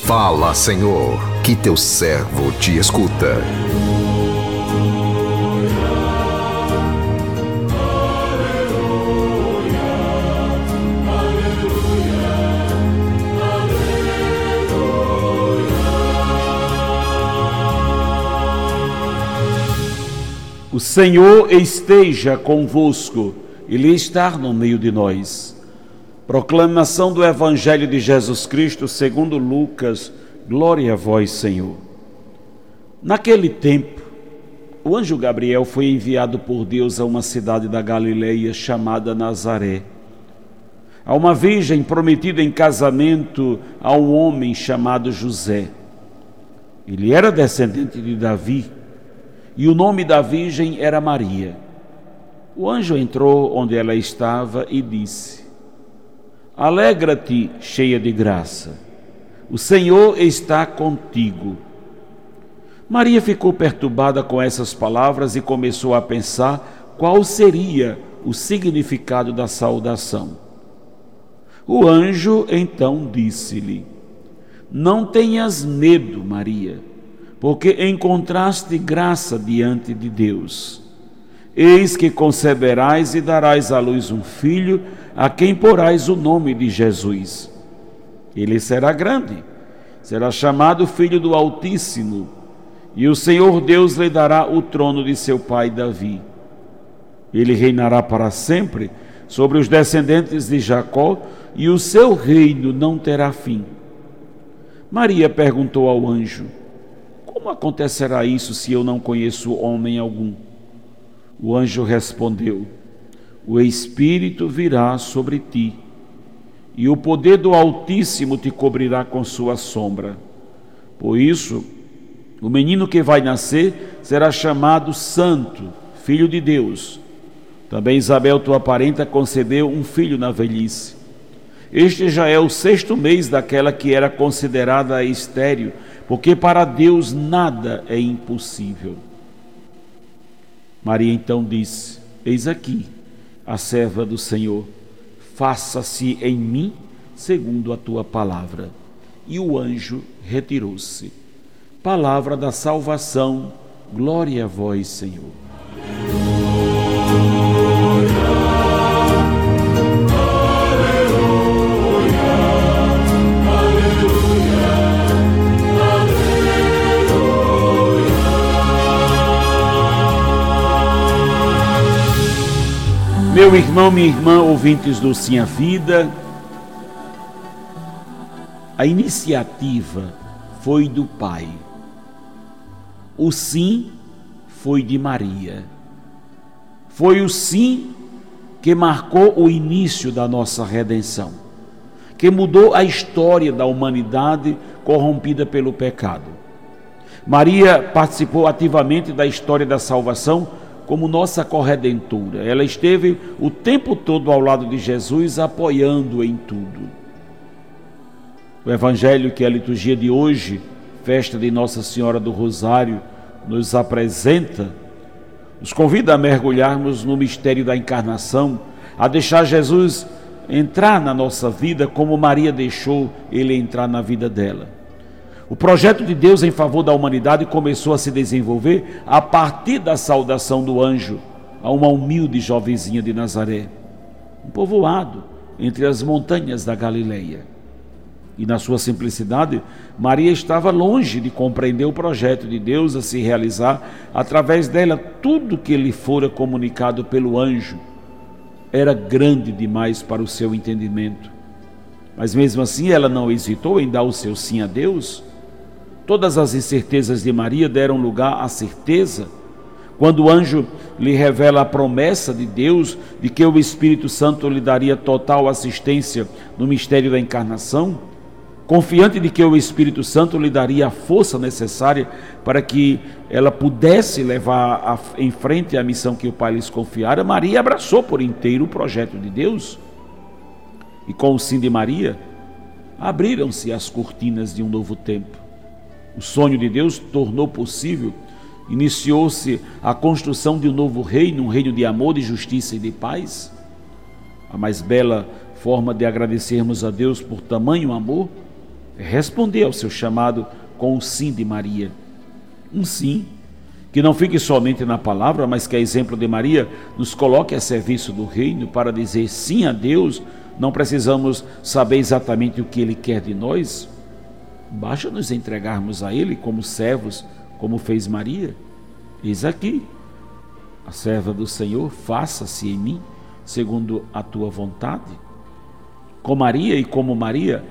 Fala, Senhor, que teu servo te escuta. O Senhor esteja convosco, Ele está no meio de nós. Proclamação do Evangelho de Jesus Cristo segundo Lucas. Glória a vós, Senhor. Naquele tempo, o anjo Gabriel foi enviado por Deus a uma cidade da Galileia chamada Nazaré, a uma virgem prometida em casamento a um homem chamado José. Ele era descendente de Davi, e o nome da virgem era Maria. O anjo entrou onde ela estava e disse: Alegra-te, cheia de graça, o Senhor está contigo. Maria ficou perturbada com essas palavras e começou a pensar qual seria o significado da saudação. O anjo então disse-lhe: Não tenhas medo, Maria, porque encontraste graça diante de Deus. Eis que conceberás e darás à luz um filho, a quem porás o nome de Jesus. Ele será grande, será chamado Filho do Altíssimo, e o Senhor Deus lhe dará o trono de seu pai Davi. Ele reinará para sempre sobre os descendentes de Jacó, e o seu reino não terá fim. Maria perguntou ao anjo: Como acontecerá isso se eu não conheço homem algum? O anjo respondeu: O Espírito virá sobre ti, e o poder do Altíssimo te cobrirá com sua sombra. Por isso, o menino que vai nascer será chamado Santo, Filho de Deus. Também Isabel, tua parenta, concebeu um filho na velhice. Este já é o 6º mês daquela que era considerada estéril, porque para Deus nada é impossível. Maria então disse: Eis aqui a serva do Senhor, faça-se em mim segundo a tua palavra. E o anjo retirou-se. Palavra da salvação, glória a vós, Senhor. Meu irmão, minha irmã, ouvintes do Sim a Vida, a iniciativa foi do Pai. O sim foi de Maria. Foi o sim que marcou o início da nossa redenção, que mudou a história da humanidade corrompida pelo pecado. Maria participou ativamente da história da salvação como nossa corredentora. Ela esteve o tempo todo ao lado de Jesus, apoiando-o em tudo. O Evangelho que a liturgia de hoje, festa de Nossa Senhora do Rosário, nos apresenta, nos convida a mergulharmos no mistério da encarnação, a deixar Jesus entrar na nossa vida como Maria deixou ele entrar na vida dela. O projeto de Deus em favor da humanidade começou a se desenvolver a partir da saudação do anjo a uma humilde jovenzinha de Nazaré, um povoado entre as montanhas da Galileia. E na sua simplicidade, Maria estava longe de compreender o projeto de Deus a se realizar através dela. Tudo que lhe fora comunicado pelo anjo era grande demais para o seu entendimento. Mas mesmo assim ela não hesitou em dar o seu sim a Deus. Todas as incertezas de Maria deram lugar à certeza quando o anjo lhe revela a promessa de Deus de que o Espírito Santo lhe daria total assistência no mistério da encarnação, confiante de que o Espírito Santo lhe daria a força necessária para que ela pudesse levar em frente a missão que o Pai lhes confiara. Maria abraçou por inteiro o projeto de Deus. E com o sim de Maria, abriram-se as cortinas de um novo tempo. O sonho de Deus tornou possível, iniciou-se a construção de um novo reino, um reino de amor, de justiça e de paz. A mais bela forma de agradecermos a Deus por tamanho amor responder ao seu chamado com o sim de Maria. Um sim que não fique somente na palavra, mas que, a exemplo de Maria, nos coloque a serviço do reino para dizer sim a Deus. Não precisamos saber exatamente o que Ele quer de nós, basta nos entregarmos a Ele como servos, como fez Maria. Eis aqui, a serva do Senhor, faça-se em mim segundo a tua vontade. Com Maria e como Maria,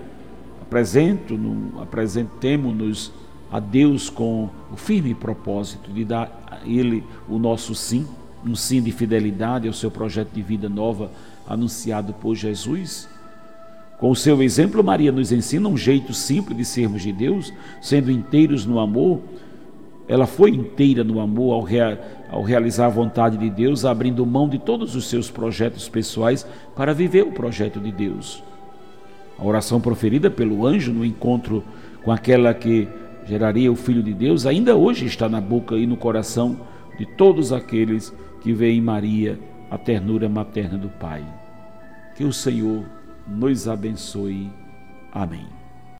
apresentemo-nos a Deus com o firme propósito de dar a Ele o nosso sim, um sim de fidelidade ao seu projeto de vida nova anunciado por Jesus. Com o seu exemplo, Maria nos ensina um jeito simples de sermos de Deus, sendo inteiros no amor. Ela foi inteira no amor ao realizar a vontade de Deus, abrindo mão de todos os seus projetos pessoais para viver o projeto de Deus. A oração proferida pelo anjo no encontro com aquela que geraria o Filho de Deus ainda hoje está na boca e no coração de todos aqueles que veem em Maria a ternura materna do Pai. Que o Senhor nos abençoe. Amém.